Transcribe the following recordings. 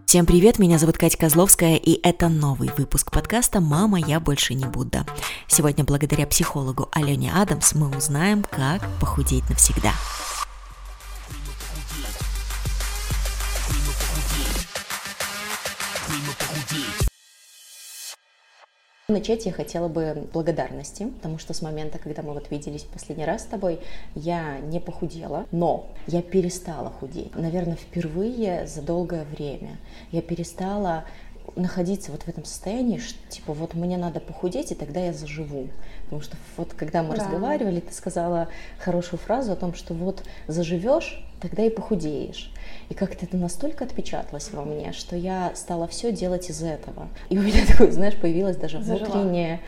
Всем привет, меня зовут Катя Козловская, и это новый выпуск подкаста «Мама, я больше не Будда». Сегодня благодаря психологу Алене Адамс мы узнаем, как похудеть навсегда. Начать я хотела бы благодарности, потому что с момента, когда мы виделись в последний раз с тобой, я не похудела, но я перестала худеть. Наверное, впервые за долгое время я перестала находиться в этом состоянии, что мне надо похудеть, и тогда я заживу. Потому что когда мы разговаривали, ты сказала хорошую фразу о том, что заживешь, тогда и похудеешь. И как-то это настолько отпечаталось во мне, что я стала все делать из этого. И у меня такое, появилось даже внутреннее,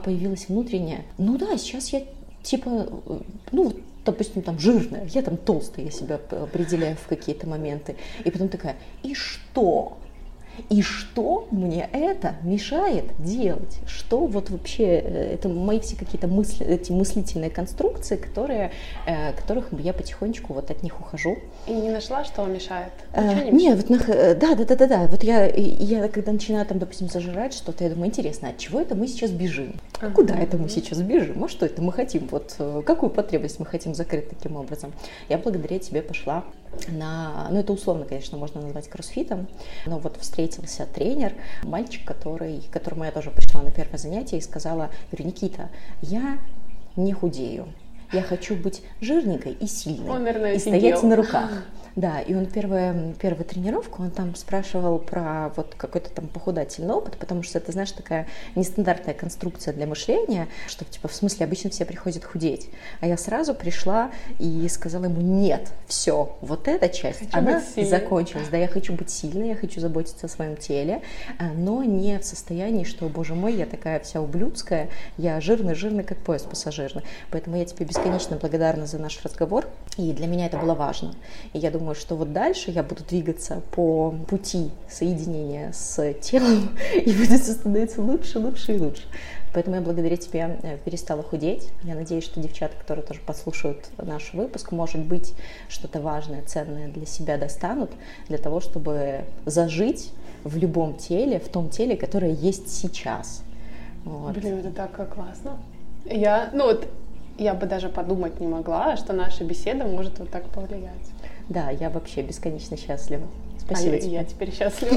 сейчас я допустим, жирная, я жирная, я себя определяю в какие-то моменты. И потом такая, и что? И что мне это мешает делать? Что вообще, это мои все какие-то эти мыслительные конструкции, которых я потихонечку от них ухожу. И не нашла, что мешает? Нет, да. Вот я когда начинаю допустим, зажирать что-то, я думаю, интересно, от чего это мы сейчас бежим? Куда это мы сейчас бежим? А что это мы хотим? Какую потребность мы хотим закрыть таким образом? Я благодаря тебе пошла это условно, конечно, можно назвать кроссфитом, но встретился тренер, мальчик, к которому я тоже пришла на первое занятие и сказала, говорю, Никита, я не худею, я хочу быть жирненькой и сильной, он, наверное, стоять на руках. Да, и он первую тренировку, он там спрашивал про какой-то похудательный опыт, потому что это, такая нестандартная конструкция для мышления, что в смысле обычно все приходят худеть. А я сразу пришла и сказала ему, нет, все, эта часть, она закончилась. Да, я хочу быть сильной, я хочу заботиться о своем теле, но не в состоянии, что, боже мой, я такая вся ублюдская, я жирный, как поезд пассажирный. Поэтому я тебе бесконечно благодарна за наш разговор, и для меня это было важно. И я думаю, что дальше я буду двигаться по пути соединения с телом и будет становиться лучше и лучше. Поэтому я благодаря тебе перестала худеть. Я надеюсь, что девчата, которые тоже послушают наш выпуск, может быть, что-то важное, ценное для себя достанут, для того, чтобы зажить в любом теле, в том теле, которое есть сейчас. Блин, это так классно. Я бы даже подумать не могла, что наша беседа может так повлиять. Да, я вообще бесконечно счастлива. Спасибо тебе. Я теперь счастлива.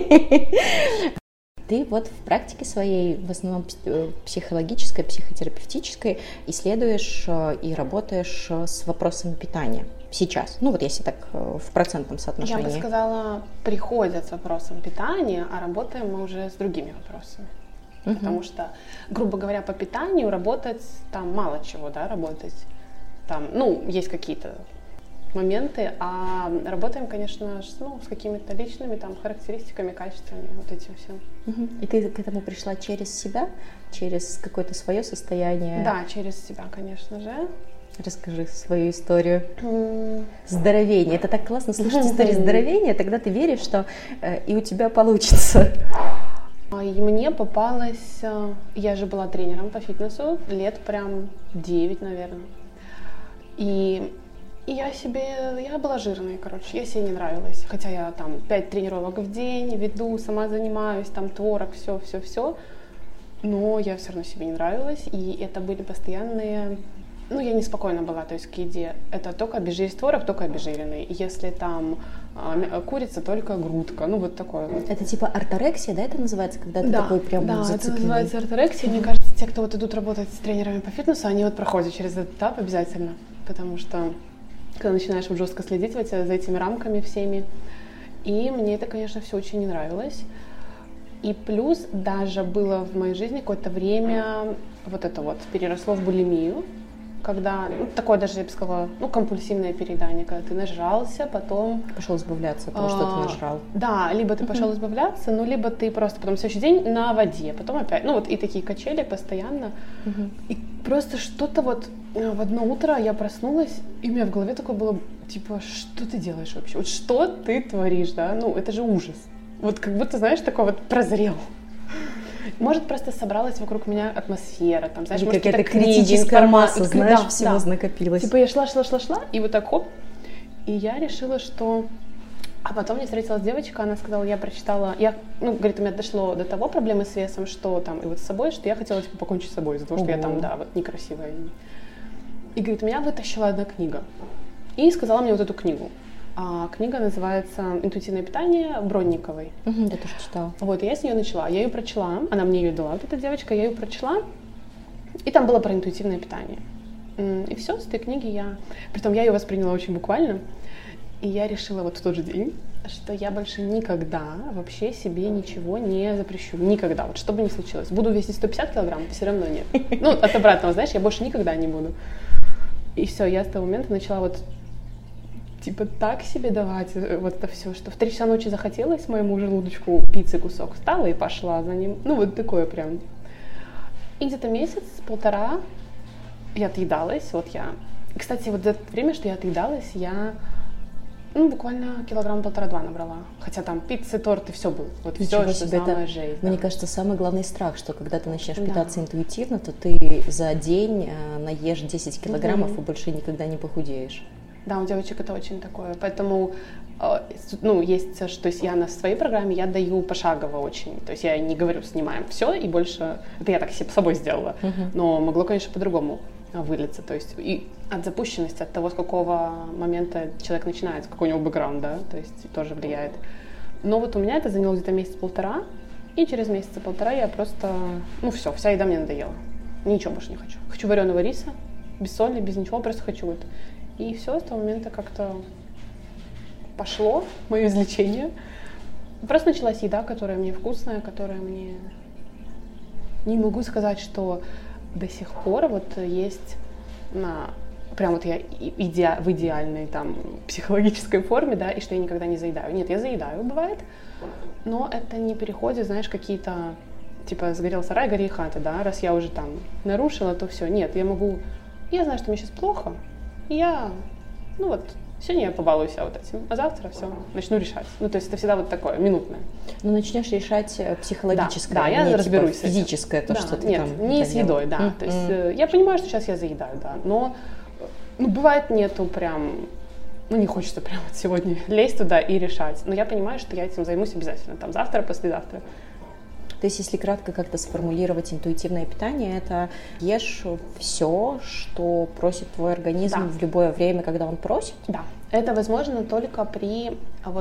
Ты в практике своей, в основном психологической, психотерапевтической, исследуешь и работаешь с вопросами питания сейчас. Если так в процентном соотношении. Я бы сказала, приходят с вопросом питания, а работаем мы уже с другими вопросами. Потому что, грубо говоря, по питанию работать мало чего, работать. Есть какие-то моменты, а работаем, конечно, с какими-то личными характеристиками, качествами, этим всем. И ты к этому пришла через себя, через какое-то свое состояние? Да, через себя, конечно же. Расскажи свою историю здоровения. Это так классно слушать историю здоровения, тогда ты веришь, что и у тебя получится. И мне попалось, я же была тренером по фитнесу лет прям 9, наверное. И я была жирной, я себе не нравилась. Хотя я 5 тренировок в день веду, сама занимаюсь, творог, все. Но я все равно себе не нравилась. И это были постоянные... я неспокойна была, к еде. Это только обезжиренный творог, только обезжиренный. Если курица, только грудка. Такое. Это типа орторексия, да, это называется, когда ты такой прям зацикленный? Да, это называется орторексия. Мне кажется, те, кто идут работать с тренерами по фитнесу, они проходят через этот этап обязательно. Потому что когда начинаешь жестко следить за этими рамками всеми. И мне это, конечно, все очень не нравилось. И плюс даже было в моей жизни какое-то время это переросло в булимию, когда, такое даже, я бы сказала, компульсивное переедание, когда ты нажрался, потом... Пошел избавляться от того, что ты нажрал. Да, либо ты пошел избавляться, либо ты просто потом следующий день на воде, потом опять, и такие качели постоянно. И просто что-то в одно утро я проснулась, и у меня в голове такое было, что ты делаешь вообще? Что ты творишь, да? Это же ужас. Как будто, знаешь, такой прозрел. Может, просто собралась вокруг меня атмосфера, знаешь, может, какая-то критическая масса, знаешь, всего накопилась. Я шла, и хоп, и я решила, что А потом мне встретилась девочка, она сказала, я прочитала, говорит, у меня дошло до того проблемы с весом, что там, и вот с собой, что я хотела, типа, покончить с собой из-за того, что я там, да, вот некрасивая. И говорит, меня вытащила одна книга. И сказала мне вот эту книгу. Книга называется «Интуитивное питание» Бронниковой. Я тоже читала. Вот, и я с нее начала. Я ее прочла, она мне ее дала, вот эта девочка, я ее прочла, и там было про интуитивное питание. И все, с этой книги Притом я ее восприняла очень буквально, и я решила вот в тот же день, что я больше никогда вообще себе ничего не запрещу. Никогда, вот что бы ни случилось. Буду весить 150 килограмм, все равно нет. Ну, от обратного, знаешь, я больше никогда не буду. И все, я с того момента начала вот типа так себе давать вот это все, что в 3 часа ночи захотелось моему желудочку пиццы кусок, встала и пошла за ним. Ну, вот такое прям. И где-то месяц-полтора я отъедалась, Кстати, вот за это время, что я отъедалась, я буквально 1,5-2 набрала. Хотя там пиццы, торты, все было. Вот все, что самая жизнь. Мне кажется, самый главный страх, что когда ты начнешь питаться интуитивно, то ты за день наешь 10 килограммов и больше никогда не похудеешь. Да, у девочек это очень такое. Поэтому, есть, что есть я на своей программе, я даю пошагово очень. То есть я не говорю, снимаем все и больше... Это я так с собой сделала. Но могло, конечно, по-другому вылиться. То есть и от запущенности, от того, с какого момента человек начинает, с какой у него бэкграунд, да, то есть тоже влияет. Но вот у меня это заняло где-то месяц-полтора, и через месяца-полтора я просто... все, вся еда мне надоела. Ничего больше не хочу. Хочу вареного риса, без соли, без ничего, просто хочу это. И все, с того момента как-то пошло мое излечение. Просто началась еда, которая мне вкусная, которая мне... Не могу сказать, что до сих пор вот есть прям вот я в идеальной там психологической форме, да, и что я никогда не заедаю. Нет, я заедаю, бывает, но это не переходит, знаешь, какие-то, типа, сгорел сарай, гори и хата, да, раз я уже там нарушила, то все. Нет, я знаю, что мне сейчас плохо, и сегодня я побалую себя вот этим, а завтра все, начну решать. То есть это всегда вот такое, минутное. Начнешь решать психологическое, да, я разберусь типа физическое, то, что ты нет, там... не с едой, да. То есть я понимаю, что сейчас я заедаю, да, но бывает нету прям... не хочется прям вот сегодня лезть туда и решать. Но я понимаю, что я этим займусь обязательно, там, завтра, послезавтра. То есть, если кратко как-то сформулировать интуитивное питание, это ешь все, что просит твой организм в любое время, когда он просит? Да, это возможно только при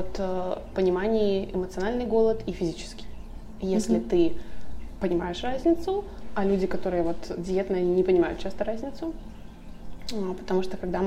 понимании эмоциональный голод и физический. Если ты понимаешь разницу, а люди, которые диетные, не понимают часто разницу, потому что когда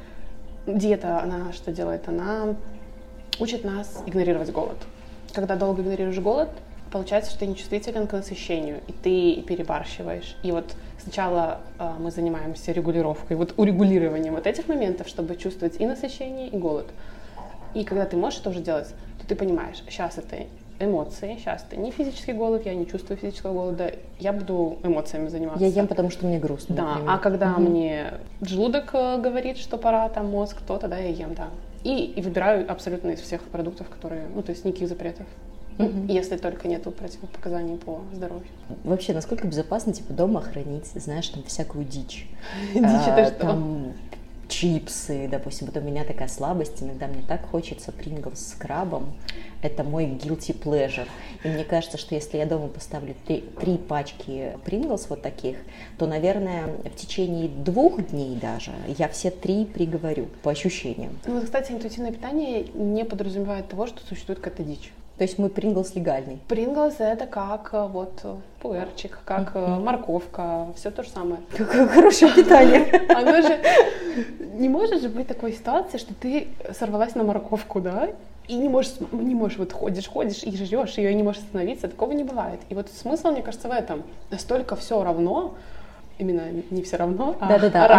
диета, она что делает? Она учит нас игнорировать голод. Когда долго игнорируешь голод, получается, что ты нечувствителен к насыщению, и ты перебарщиваешь. И сначала мы занимаемся регулировкой, урегулированием этих моментов, чтобы чувствовать и насыщение, и голод. И когда ты можешь это уже делать, то ты понимаешь, сейчас это эмоции, сейчас это не физический голод, я не чувствую физического голода, я буду эмоциями заниматься. Я ем, потому что мне грустно. Да, например. А когда мне желудок говорит, что пора, там мозг, то тогда я ем, да. И выбираю абсолютно из всех продуктов, которые, то есть никаких запретов. Если только нету противопоказаний по здоровью. Вообще, насколько безопасно, дома хранить, знаешь, там всякую дичь? Дичь это что? Там чипсы, допустим, у меня такая слабость, иногда мне так хочется Pringles с крабом. Это мой guilty pleasure. И мне кажется, что если я дома поставлю 3 пачки Pringles вот таких, то, наверное, в течение 2 дней даже я все 3 приговорю, по ощущениям. Кстати, интуитивное питание не подразумевает того, что существует какая-то дичь. То есть мой Pringles легальный? Pringles это как пуэрчик, как морковка, все то же самое. Какое хорошее питание. Оно же... Не может же быть такой ситуации, что ты сорвалась на морковку, да, и не можешь ходишь и жрешь ее, и не можешь остановиться. Такого не бывает. И смысл, мне кажется, в этом. Настолько все равно, именно не все равно, а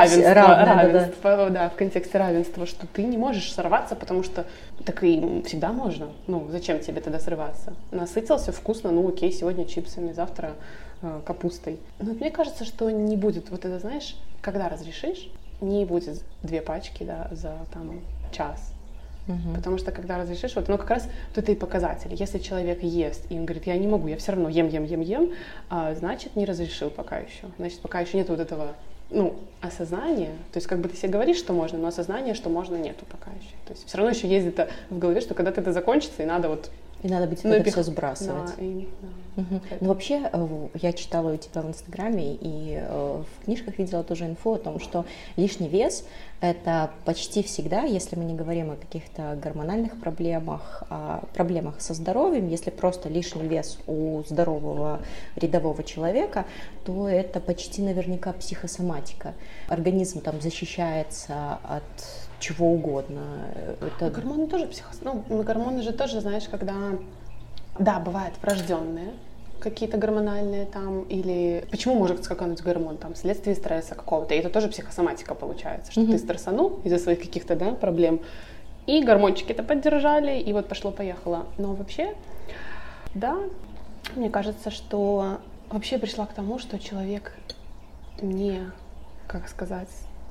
равенство, да, в контексте равенства, что ты не можешь сорваться, потому что так и всегда можно. Зачем тебе тогда срываться? Насытился, вкусно, окей, сегодня чипсами, завтра капустой. Но мне кажется, что не будет, это знаешь, когда разрешишь, не будет 2 пачки, да, за час. Потому что когда разрешишь, как раз это и показатель. Если человек ест, и он говорит, я не могу, я все равно ем, значит, не разрешил пока еще. Значит, пока еще нет этого осознание, то есть как бы ты себе говоришь, что можно, но осознание, что можно, нету пока еще. То есть все равно еще есть это в голове, что когда-то это закончится, и надо вот... И надо будет это все сбрасывать. Да, Ну, вообще, я читала у тебя в Инстаграме и в книжках видела тоже инфу о том, что лишний вес – это почти всегда, если мы не говорим о каких-то гормональных проблемах, о проблемах со здоровьем, если просто лишний вес у здорового рядового человека, то это почти наверняка психосоматика. Организм там защищается от чего угодно. Это... Гормоны тоже гормоны же тоже, знаешь, когда... Да, бывают врожденные какие-то гормональные там, или... Почему может скакануть гормон там вследствие стресса какого-то? И это тоже психосоматика получается, что ты стрессанул из-за своих каких-то, да, проблем, и гормончики это поддержали, и вот пошло-поехало. Но вообще, да, мне кажется, что вообще пришла к тому, что человек не, как сказать,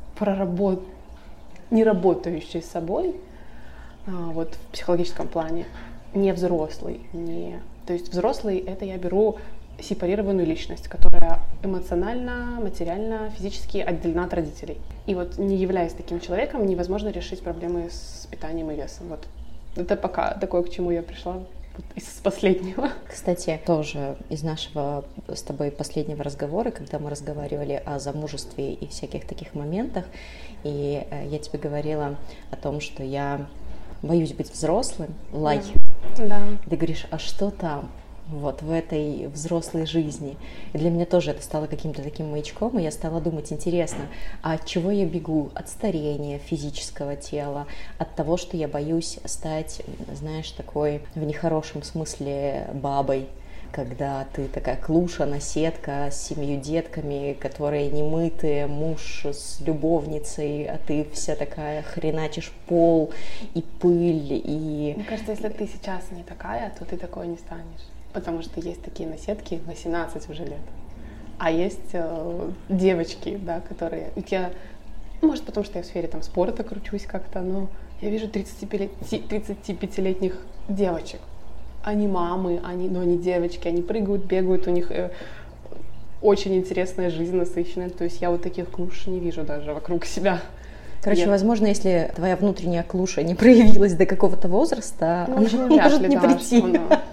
не работающий с собой, вот в психологическом плане, не взрослый, то есть взрослый — это я беру сепарированную личность, которая эмоционально, материально, физически отделена от родителей. И вот не являясь таким человеком, невозможно решить проблемы с питанием и весом. Вот это пока такое, к чему я пришла из последнего. Кстати, тоже из нашего с тобой последнего разговора, когда мы разговаривали о замужестве и всяких таких моментах, и я тебе говорила о том, что я боюсь быть взрослым, Да. Ты говоришь, а что там? Вот в этой взрослой жизни. И для меня тоже это стало каким-то таким маячком, и я стала думать, интересно, а от чего я бегу? От старения физического тела, от того, что я боюсь стать, знаешь, такой в нехорошем смысле бабой, когда ты такая клуша, наседка с 7 детками, которые не мытые, муж с любовницей, а ты вся такая хреначишь пол и пыль, и... Мне кажется, если ты сейчас не такая, то ты такой не станешь. Потому что есть такие наседки 18 уже лет. А есть девочки, да, которые... Может, потому что я в сфере там спорта кручусь как-то, но я вижу 35-летних девочек. Они мамы, они девочки, они прыгают, бегают, у них очень интересная жизнь, насыщенная. То есть я вот таких клуш не вижу даже вокруг себя. Короче, возможно, если твоя внутренняя клуша не проявилась до какого-то возраста, она может не прийти.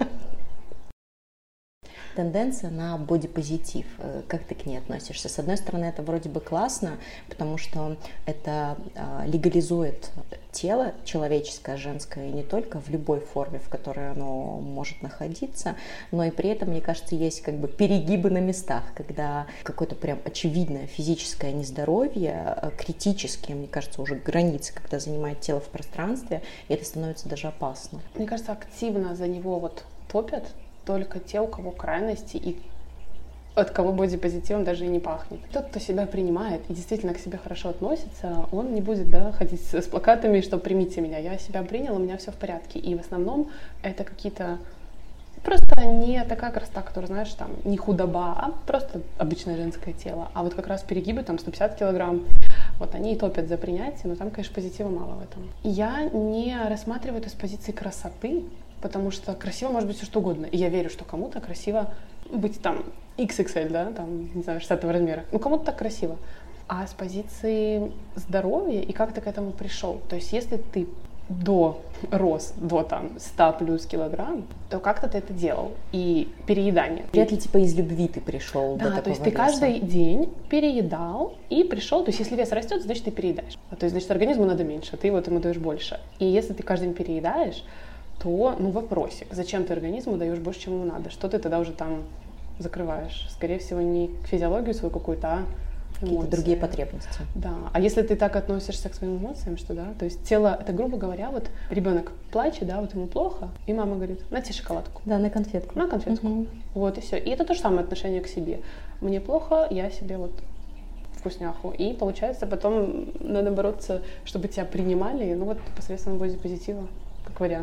Тенденция на бодипозитив. Как ты к ней относишься? С одной стороны, это вроде бы классно, потому что это легализует тело человеческое, женское, и не только в любой форме, в которой оно может находиться, но и при этом, мне кажется, есть как бы перегибы на местах, когда какое-то прям очевидное физическое нездоровье, критические, мне кажется, уже границы, когда занимает тело в пространстве, и это становится даже опасно. Мне кажется, активно за него вот топят только те, у кого крайности и от кого бодипозитивом даже и не пахнет. Тот, кто себя принимает и действительно к себе хорошо относится, он не будет, да, ходить с плакатами, что примите меня, я себя принял, у меня все в порядке. И в основном это какие-то просто не такая красота, которая, знаешь, там, не худоба, а просто обычное женское тело. А вот как раз перегибы, там, 150 килограмм, вот они и топят за принятие, но там, конечно, позитива мало в этом. Я не рассматриваю это с позиции красоты, потому что красиво может быть все что угодно. И я верю, что кому-то красиво быть там XXL, да, там, не знаю, 60 размера. Ну, кому-то так красиво. А с позиции здоровья и как ты к этому пришел. То есть, если ты рос до там 100 плюс килограмм, то как-то ты это делал. И переедание. Вряд ли типа из любви ты пришел до такого Да, то есть ты веса. каждый день переедал и пришел. То есть если вес растет, значит ты переедаешь. То есть значит организму надо меньше, ты вот ему даешь больше. И если ты каждый день переедаешь, то, вопросик, зачем ты организму даешь больше, чем ему надо? Что ты тогда уже там закрываешь? Скорее всего, не физиологию свою какую-то, а эмоции. Какие-то другие потребности. Да. А если ты так относишься к своим эмоциям, что да, то есть тело, это, грубо говоря, вот ребенок плачет, да, вот ему плохо, и мама говорит, на тебе шоколадку. Да, на конфетку. На конфетку. Угу. Вот и все. И это то же самое отношение к себе. Мне плохо, я себе вот вкусняху. И получается, потом надо бороться, чтобы тебя принимали, посредством бодипозитива, как вариант.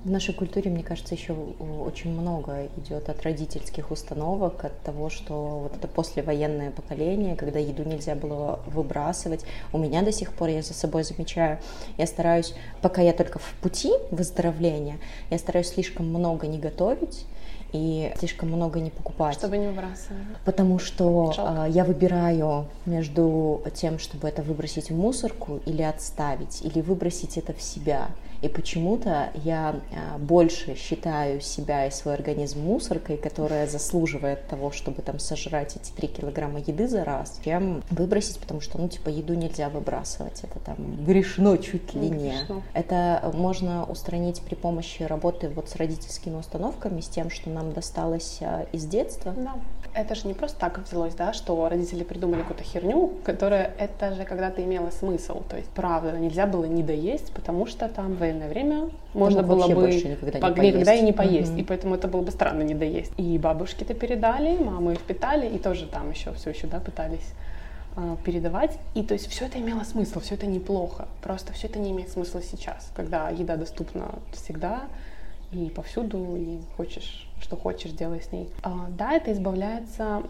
В нашей культуре, мне кажется, еще очень много идет от родительских установок, от того, что вот это послевоенное поколение, когда еду нельзя было выбрасывать. У меня до сих пор, я за собой замечаю, я стараюсь, пока я только в пути выздоровления, я стараюсь слишком много не готовить и слишком много не покупать. Чтобы не выбрасывать. Потому что я выбираю между тем, чтобы это выбросить в мусорку или отставить, или выбросить это в себя. И почему-то я больше считаю себя и свой организм мусоркой, которая заслуживает того, чтобы там сожрать эти 3 килограмма еды за раз, чем выбросить, потому что, еду нельзя выбрасывать. Это там грешно чуть ли не. Это можно устранить при помощи работы вот с родительскими установками, с тем, что нам досталось из детства. Да. Это же не просто так взялось, да, что родители придумали какую-то херню, которая, это же когда-то имела смысл. То есть, правда, нельзя было не доесть, потому что там в военное время можно было бы никогда и не поесть. И поэтому это было бы странно не доесть. И бабушки-то передали, мамы впитали, и тоже там все еще, да, пытались передавать. И то есть все это имело смысл, все это неплохо. Просто все это не имеет смысла сейчас, когда еда доступна всегда и повсюду, и хочешь, что хочешь, делай с ней. Да, это избавляться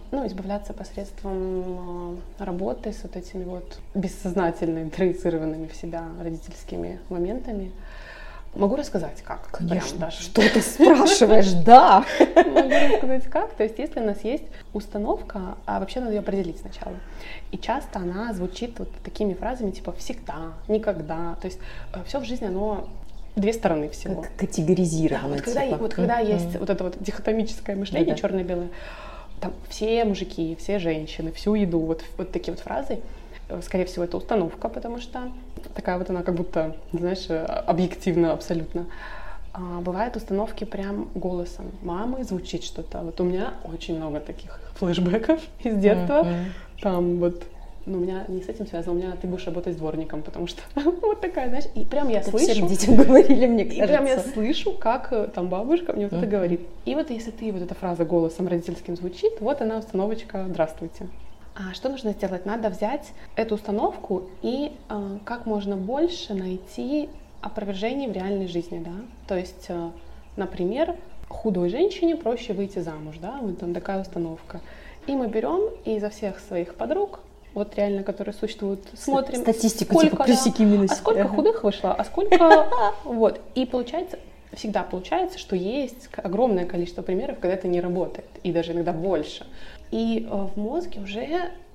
посредством работы с вот этими вот бессознательно интроицированными в себя родительскими моментами. Могу рассказать, как? Конечно. Прям, что ты спрашиваешь? Да. Могу рассказать, как. То есть, если у нас есть установка, вообще надо ее определить сначала. И часто она звучит вот такими фразами, типа «всегда», «никогда». То есть, все в жизни, оно две стороны всего. Как категоризировано. Да, когда есть вот это вот дихотомическое мышление, черное-белое, там все мужики, все женщины, всю еду, вот такие вот фразы, скорее всего, это установка, потому что такая вот она как будто, знаешь, объективно абсолютно. Бывают установки прям голосом мамы, звучит что-то. Вот у меня очень много таких флешбеков из детства. Там вот, у меня не с этим связано, у меня ты будешь работать дворником, потому что вот такая, знаешь, и прям я слышу. Всем детям говорили, мне кажется. И прям я слышу, как там бабушка мне вот это говорит. И вот если ты, вот эта фраза голосом родительским звучит, вот она установочка «Здравствуйте». А что нужно сделать? Надо взять эту установку и как можно больше найти опровержение в реальной жизни, да. То есть, например, худой женщине проще выйти замуж, да, вот там такая установка. И мы берем и изо всех своих подруг, вот реально, которые существуют, смотрим, статистику, сколько, типа плюсики, минусики. А сколько худых вышло, а сколько, вот. И всегда получается, что есть огромное количество примеров, когда это не работает, и даже иногда больше. И в мозге уже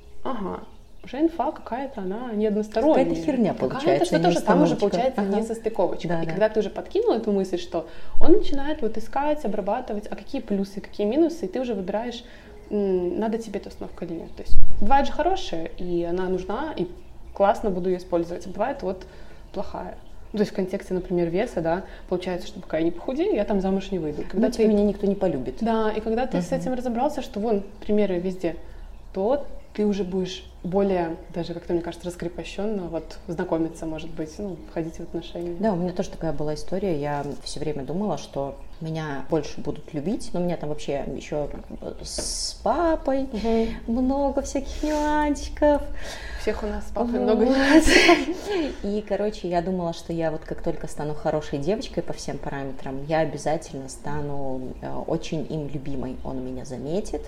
инфа какая-то, она не односторонняя. Какая-то херня получается. Что-то же там уже получается несостыковочка. И когда ты уже подкинул эту мысль, что он начинает вот искать, обрабатывать, а какие плюсы, какие минусы, и ты уже выбираешь, надо тебе эта установка или нет. То есть бывает же хорошая, и она нужна, и классно буду ее использовать. А бывает вот плохая. То есть в контексте, например, веса, да, получается, что пока я не похудею, я там замуж не выйду. Когда меня никто не полюбит. Да, и когда ты с этим разобрался, что вон примеры везде, то ты уже будешь более, даже как-то, мне кажется, раскрепощенно вот знакомиться, может быть, входить в отношения. Да, у меня тоже такая была история. Я все время думала, что меня больше будут любить, но у меня там вообще еще с папой много всяких нюансиков. Всех у нас с папой много нюансиков. И, короче, я думала, что я вот как только стану хорошей девочкой по всем параметрам, я обязательно стану очень им любимой. Он меня заметит.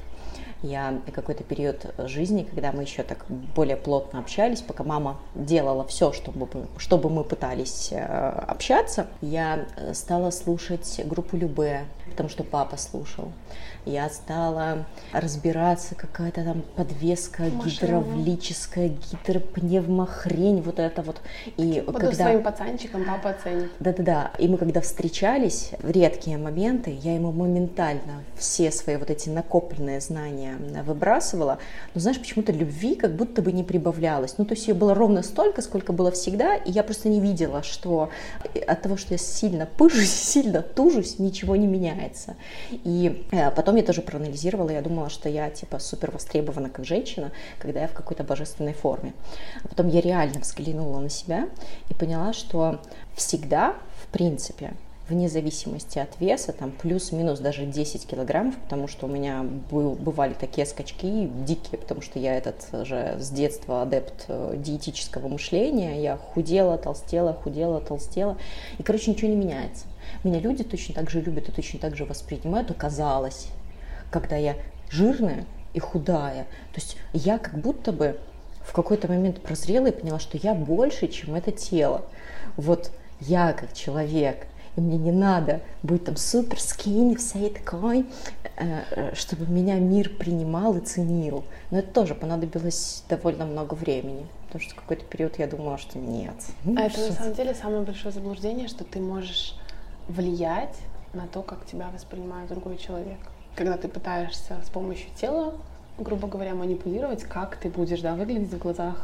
Я какой-то период жизни, когда мы еще так более плотно общались, пока мама делала все, чтобы мы пытались общаться, я стала слушать группу Любэ, потому что папа слушал. Я стала разбираться, какая-то там подвеска гидравлическая, гидропневмохрень, вот это вот. И буду когда своим пацанчиком, папа оценит. Да-да-да. И мы когда встречались, в редкие моменты, я ему моментально все свои вот эти накопленные знания выбрасывала. Но знаешь, почему-то любви как будто бы не прибавлялось. То есть ее было ровно столько, сколько было всегда, и я просто не видела, что от того, что я сильно пыжусь, сильно тужусь, ничего не меняется. И потом я тоже проанализировала, я думала, что я типа супер востребована как женщина, когда я в какой-то божественной форме. А потом я реально взглянула на себя и поняла, что всегда, в принципе, вне зависимости от веса, там плюс-минус даже 10 килограммов, потому что у меня бывали такие скачки дикие, потому что я с детства адепт диетического мышления, я худела, толстела, и, короче, ничего не меняется. Меня люди точно так же любят и точно так же воспринимают, оказалось, когда я жирная и худая. То есть я как будто бы в какой-то момент прозрела и поняла, что я больше, чем это тело. Вот я как человек, и мне не надо быть там супер скинни, всей такой, чтобы меня мир принимал и ценил. Но это тоже понадобилось довольно много времени, потому что в какой-то период я думала, что нет. А это на самом деле самое большое заблуждение, что ты можешь влиять на то, как тебя воспринимает другой человек. Когда ты пытаешься с помощью тела, грубо говоря, манипулировать, как ты будешь, да, выглядеть в глазах,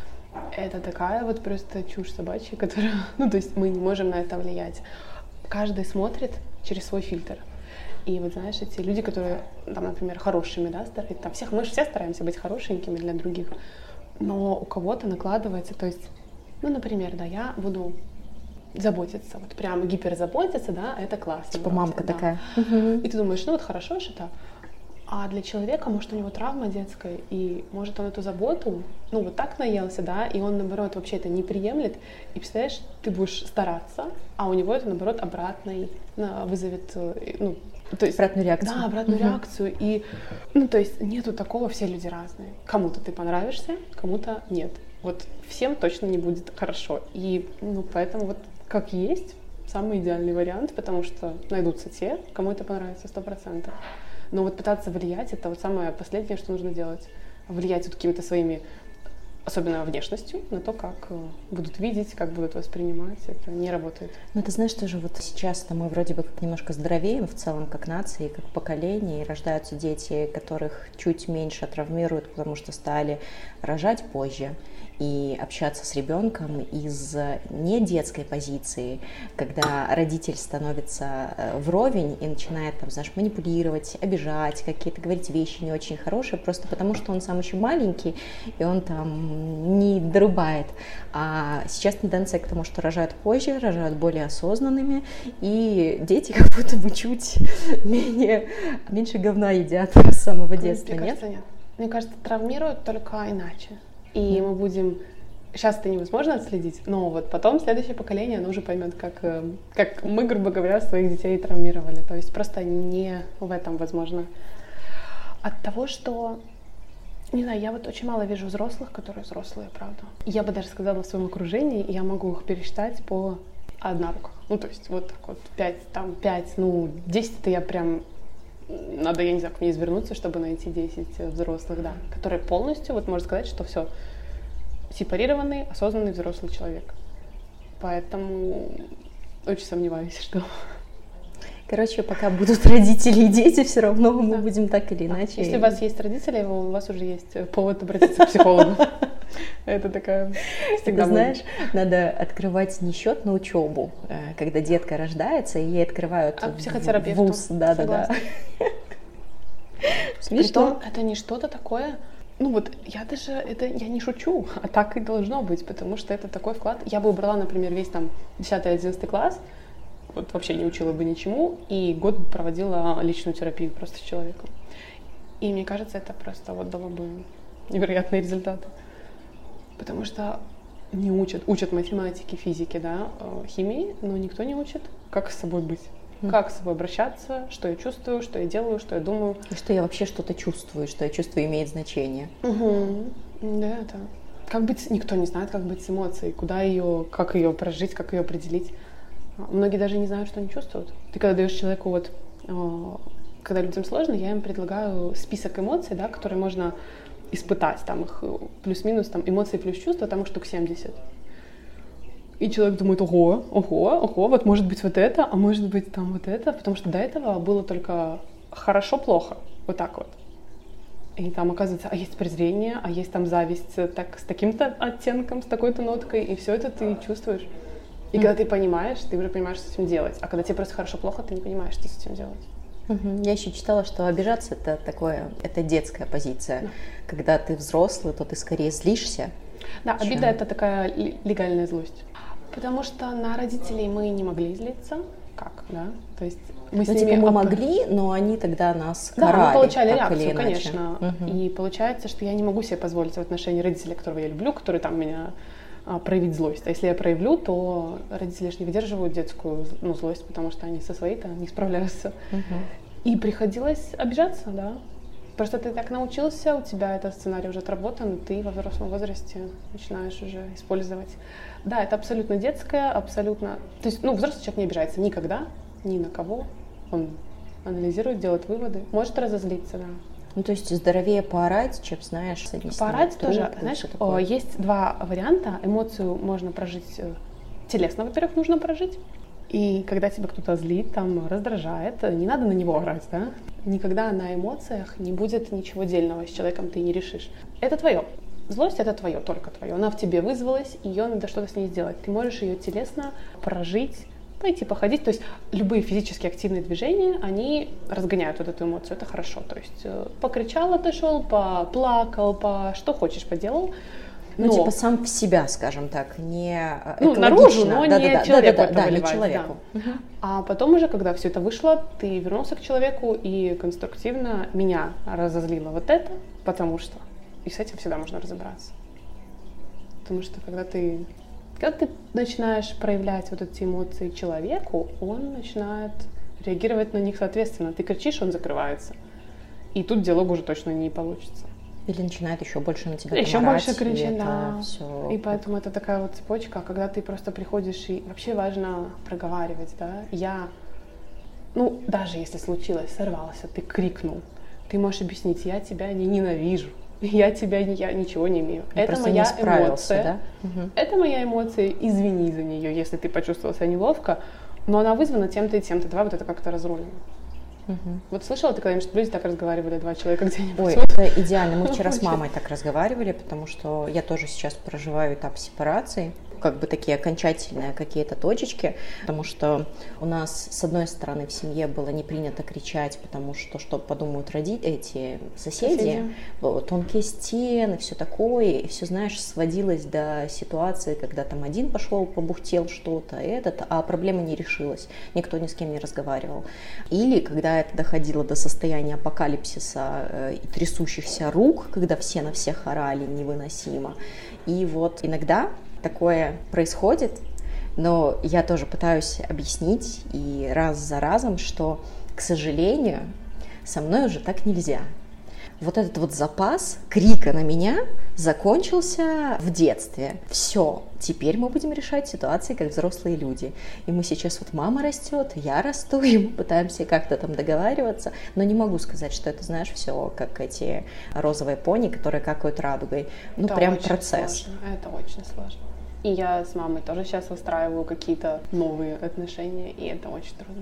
это такая вот просто чушь собачья, которая, ну, то есть мы не можем на это влиять. Каждый смотрит через свой фильтр. И вот знаешь, эти люди, которые, там, например, хорошими, да, стараются, там, мы же все стараемся быть хорошенькими для других, но у кого-то накладывается, то есть, ну, например, да, я буду заботиться, вот прям гиперзаботиться, да, это классно. Типа мамка да. такая. И ты думаешь, ну вот хорошо что-то, а для человека, может, у него травма детская, и может он эту заботу, ну вот так наелся, да, и он, наоборот, вообще это не приемлет, и представляешь, ты будешь стараться, а у него это, наоборот, обратно вызовет, ну, то есть, обратную реакцию. Да, обратную реакцию. И, ну, то есть нету такого, все люди разные. Кому-то ты понравишься, кому-то нет. Вот всем точно не будет хорошо. И, ну, поэтому вот как есть самый идеальный вариант, потому что найдутся те, кому это понравится 100%. Но вот пытаться влиять, это вот самое последнее, что нужно делать. Влиять вот какими-то своими, особенно внешностью, на то, как будут видеть, как будут воспринимать. Это не работает. Ну, ты знаешь, тоже вот сейчас-то мы вроде бы как немножко здоровеем в целом, как нация, как поколение, и рождаются дети, которых чуть меньше травмируют, потому что стали рожать позже и общаться с ребенком из не детской позиции, когда родитель становится вровень и начинает, там, знаешь, манипулировать, обижать, какие-то говорить вещи не очень хорошие, просто потому что он сам еще маленький, и он там не дорубает. А сейчас тенденция к тому, что рожают позже, рожают более осознанными, и дети как будто бы чуть меньше говна едят с самого детства, Мне кажется, нет. Мне кажется, травмируют только иначе. И мы будем... Сейчас это невозможно отследить, но вот потом следующее поколение, оно уже поймет, как мы, грубо говоря, своих детей травмировали. То есть просто не в этом, возможно. От того, что... Не знаю, я вот очень мало вижу взрослых, которые взрослые, правда. Я бы даже сказала в своем окружении, я могу их пересчитать по одноруках. Ну, то есть вот так вот 5, 10 это я прям... Надо, я не знаю, к мне извернуться, чтобы найти 10 взрослых, да, которые полностью, вот можно сказать, что все, сепарированный, осознанный взрослый человек. Поэтому очень сомневаюсь, что... Короче, пока будут родители и дети, все равно мы будем так или иначе... Если у вас есть родители, у вас уже есть повод обратиться к психологу. Это такая... Ты знаешь, надо открывать не счет на учебу, когда детка рождается, и ей открывают психотерапевту. вуз. Да. Притом это не что-то такое... Ну вот, я не шучу, а так и должно быть, потому что это такой вклад. Я бы убрала, например, весь там 10-11 класс, вот вообще не учила бы ничему, и год бы проводила личную терапию просто с человеком. И мне кажется, это просто вот дало бы невероятные результаты. Потому что не учат математики, физики, да, химии, но никто не учит, как с собой быть. Как с собой обращаться, что я чувствую, что я делаю, что я думаю. И что я вообще что-то чувствую, что я чувствую имеет значение. Да, это. Как быть, никто не знает, как быть с эмоцией, как ее прожить, как ее определить. Многие даже не знают, что они чувствуют. Ты когда даешь человеку, вот, когда людям сложно, я им предлагаю список эмоций, да, которые можно испытать, там их плюс-минус, там эмоции плюс чувства, там их штук 70. И человек думает, ого, вот может быть вот это, а может быть там вот это, потому что до этого было только хорошо-плохо, вот так вот. И там оказывается, а есть презрение, а есть там зависть с таким-то оттенком, с такой-то ноткой, и все это ты чувствуешь. И когда ты понимаешь, ты уже понимаешь, что с этим делать. А когда тебе просто хорошо-плохо, ты не понимаешь, что с этим делать. Я еще читала, что обижаться это детская позиция. Когда ты взрослый, то ты скорее злишься. Да, обида это такая легальная злость. Потому что на родителей мы не могли злиться. Как, да? То есть мы с ними... мы могли, но они тогда нас карали. Да, мы получали реакцию, конечно. И получается, что я не могу себе позволить в отношении родителя, которого я люблю, который там меня проявить злость. А если я проявлю, то родители же не выдерживают детскую злость, потому что они со своей-то не справляются. И приходилось обижаться, да. Просто ты так научился, у тебя этот сценарий уже отработан, ты во взрослом возрасте начинаешь уже использовать. Да, это абсолютно детское, абсолютно... То есть, взрослый человек не обижается никогда, ни на кого. Он анализирует, делает выводы, может разозлиться, да. То есть здоровее поорать, чем, знаешь, поорать тоже, знаешь, есть два варианта. Эмоцию можно прожить телесно, во-первых, нужно прожить. И когда тебя кто-то злит, раздражает, не надо на него орать, да? Никогда на эмоциях не будет ничего дельного, с человеком ты не решишь. Это твое. Злость — это твое, только твое. Она в тебе вызвалась, ее надо что-то с ней сделать. Ты можешь ее телесно прожить, пойти походить. То есть любые физически активные движения, они разгоняют вот эту эмоцию. Это хорошо. То есть покричал, отошел, поплакал, что хочешь поделал. Типа сам в себя, скажем так, не наружу, но не человеку это не выливать. человеку. Да. А потом уже, когда все это вышло, ты вернулся к человеку и конструктивно меня разозлило вот это, потому что. И с этим всегда можно разобраться. Потому что когда ты начинаешь проявлять вот эти эмоции человеку, он начинает реагировать на них соответственно. Ты кричишь, он закрывается. И тут диалог уже точно не получится. Или начинает еще больше на тебя еще поморать, больше кричать, да. Все... И поэтому это такая вот цепочка, когда ты просто приходишь, и вообще важно проговаривать, да. Даже если случилось, сорвался, ты крикнул, ты можешь объяснить: я тебя не ненавижу, я ничего не имею. Это моя эмоция. Да? Это моя эмоция, извини за нее, если ты почувствовал себя неловко, но она вызвана тем-то и тем-то. Давай вот это как-то разрулим. Вот слышала ты когда-нибудь, что люди так разговаривали, два человека где-нибудь? Ой, это идеально. Мы вчера с мамой так разговаривали, потому что я тоже сейчас проживаю этап сепарации, как бы такие окончательные какие-то точечки, потому что у нас, с одной стороны, в семье было не принято кричать, потому что подумают эти соседи, тонкие стены, все такое, и все, знаешь, сводилось до ситуации, когда там один пошел, побухтел что-то, а проблема не решилась, никто ни с кем не разговаривал. Или когда это доходило до состояния апокалипсиса и трясущихся рук, когда все на всех орали невыносимо. И вот иногда такое происходит, но я тоже пытаюсь объяснить и раз за разом, что, к сожалению, со мной уже так нельзя. Вот этот вот запас крика на меня закончился в детстве. Все, теперь мы будем решать ситуации как взрослые люди. И мы сейчас, мама растет, я расту, и мы пытаемся как-то там договариваться, но не могу сказать, что это, знаешь, все как эти розовые пони, которые какают радугой. Это прям процесс. Сложно. Это очень сложно. И я с мамой тоже сейчас выстраиваю какие-то новые отношения, и это очень трудно.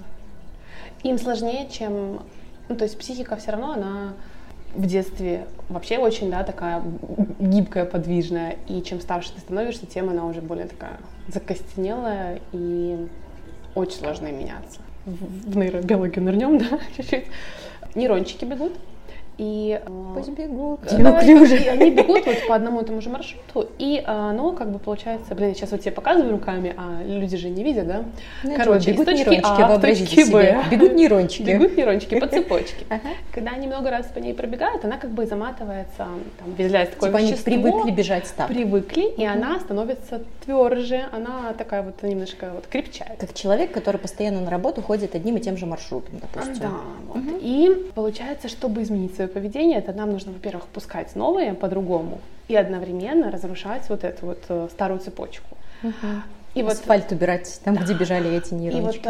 Им сложнее, чем... то есть психика все равно, она в детстве вообще очень, такая гибкая, подвижная. И чем старше ты становишься, тем она уже более такая закостенелая, и очень сложно меняться. В нейробиологию нырнем, чуть-чуть. Нейрончики бегут. И пусть бегут. Они бегут по одному и тому же маршруту, и получается, я сейчас тебе показываю руками, а люди же не видят, да? Короче, бегут из точки нейрончики, А в точке Б. Бегут нейрончики. Бегут нейрончики по цепочке. Когда они много раз по ней пробегают, она заматывается, выделяется такое вещество. Они привыкли бежать так. Привыкли, и она становится тверже, она такая немножко крепчает. Как человек, который постоянно на работу ходит одним и тем же маршрутом, допустим. Да, И получается, чтобы изменить свое поведение, это нам нужно, во-первых, пускать новое по-другому и одновременно разрушать эту старую цепочку. И асфальт убирать там, где бежали эти нейрончики.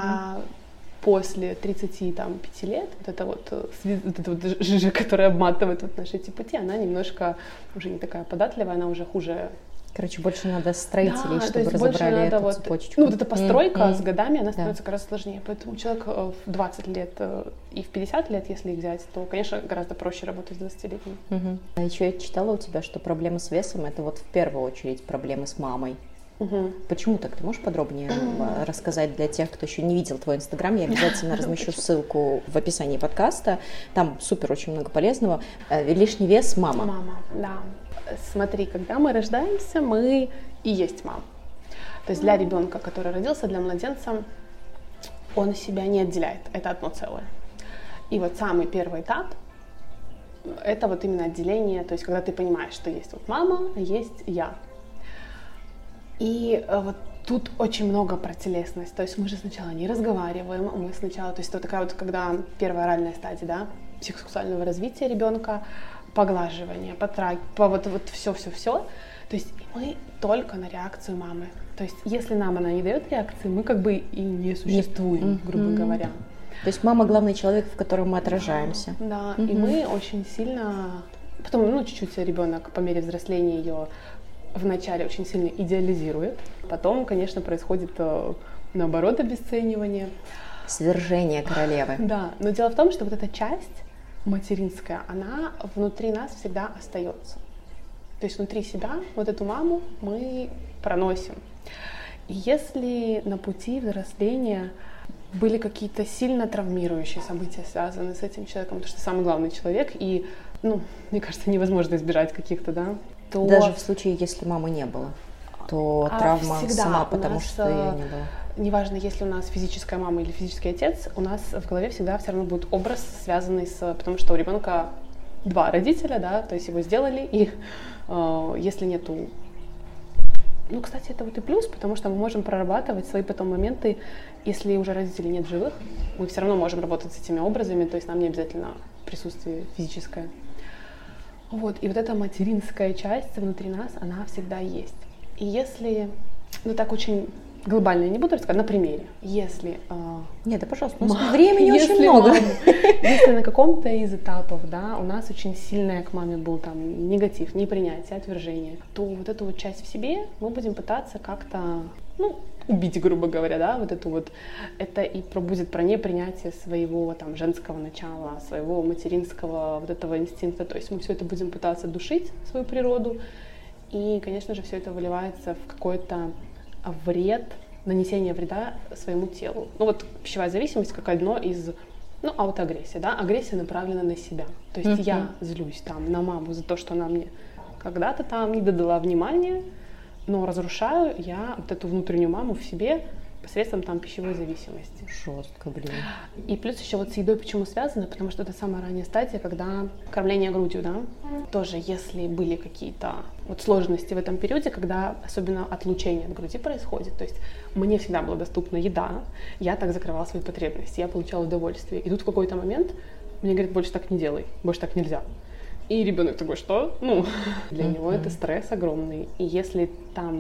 После 35 лет эта жижа, которая обматывает наши эти пути, она немножко уже не такая податливая, она уже хуже. Короче, больше надо строителей, чтобы разобрали эту цепочку. Эта постройка с годами, она становится гораздо сложнее. Поэтому человек в 20 лет и в 50 лет, если их взять, то, конечно, гораздо проще работать с 20-летним. А еще я читала у тебя, что проблемы с весом — это в первую очередь проблемы с мамой. Почему так? Ты можешь подробнее рассказать для тех, кто еще не видел твой Инстаграм? Я обязательно размещу ссылку в описании подкаста. Там супер очень много полезного. Лишний вес — мама. Мама, да. Смотри, когда мы рождаемся, мы и есть мама. То есть для ребенка, который родился, для младенца, он себя не отделяет. Это одно целое. И самый первый этап — это именно отделение. То есть когда ты понимаешь, что есть мама, а есть я. И вот тут очень много про телесность. То есть мы же сначала не разговариваем, мы сначала, то есть это такая вот, когда первая оральная стадия, да, психосексуального развития ребенка, поглаживание, вот все. То есть мы только на реакцию мамы. То есть если нам она не дает реакции, мы как бы и не существуем, грубо говоря. То есть мама главный человек, в котором мы отражаемся. Да, и мы очень сильно... Потом, чуть-чуть ребенок по мере взросления ее вначале очень сильно идеализирует. Потом, конечно, происходит наоборот обесценивание. Свержение королевы. Да, но дело в том, что вот эта часть материнская, она внутри нас всегда остается. То есть внутри себя вот эту маму мы проносим. И если на пути взросления были какие-то сильно травмирующие события, связанные с этим человеком, потому что самый главный человек, и, мне кажется, невозможно избежать каких-то, да, то... Даже в случае, если мамы не было, то травма всегда сама, потому что ее не было. Неважно, если у нас физическая мама или физический отец, у нас в голове всегда все равно будет образ, связанный с... Потому что у ребенка 2 родителя, да, то есть его сделали, и если нету... кстати, это вот и плюс, потому что мы можем прорабатывать свои потом моменты, если уже родителей нет живых, мы все равно можем работать с этими образами, то есть нам не обязательно присутствие физическое. Вот, и вот эта материнская часть внутри нас, она всегда есть. И если, так очень глобально я не буду рассказывать, на примере, если... Нет, да, пожалуйста, у нас времени очень много. Если на каком-то из этапов, да, у нас очень сильная к маме был там негатив, непринятие, отвержение, то вот эту вот часть в себе мы будем пытаться как-то, убить, грубо говоря, да, вот эту вот, это и будет про непринятие своего там женского начала, своего материнского вот этого инстинкта, то есть мы все это будем пытаться душить, свою природу, и, конечно же, все это выливается в какой-то вред, нанесение вреда своему телу. Пищевая зависимость как одно из, аутоагрессия, да, агрессия направлена на себя, то есть я злюсь там на маму за то, что она мне когда-то там не додала внимания, но разрушаю я вот эту внутреннюю маму в себе посредством там пищевой зависимости. Жестко, блин. И плюс еще вот с едой почему связано, потому что это самая ранняя стадия, когда кормление грудью, да, тоже если были какие-то вот сложности в этом периоде, когда особенно отлучение от груди происходит, то есть мне всегда была доступна еда, я так закрывала свои потребности, я получала удовольствие. И тут в какой-то момент мне говорят, больше так не делай, больше так нельзя. И ребенок такой, что? Для него это стресс огромный. И если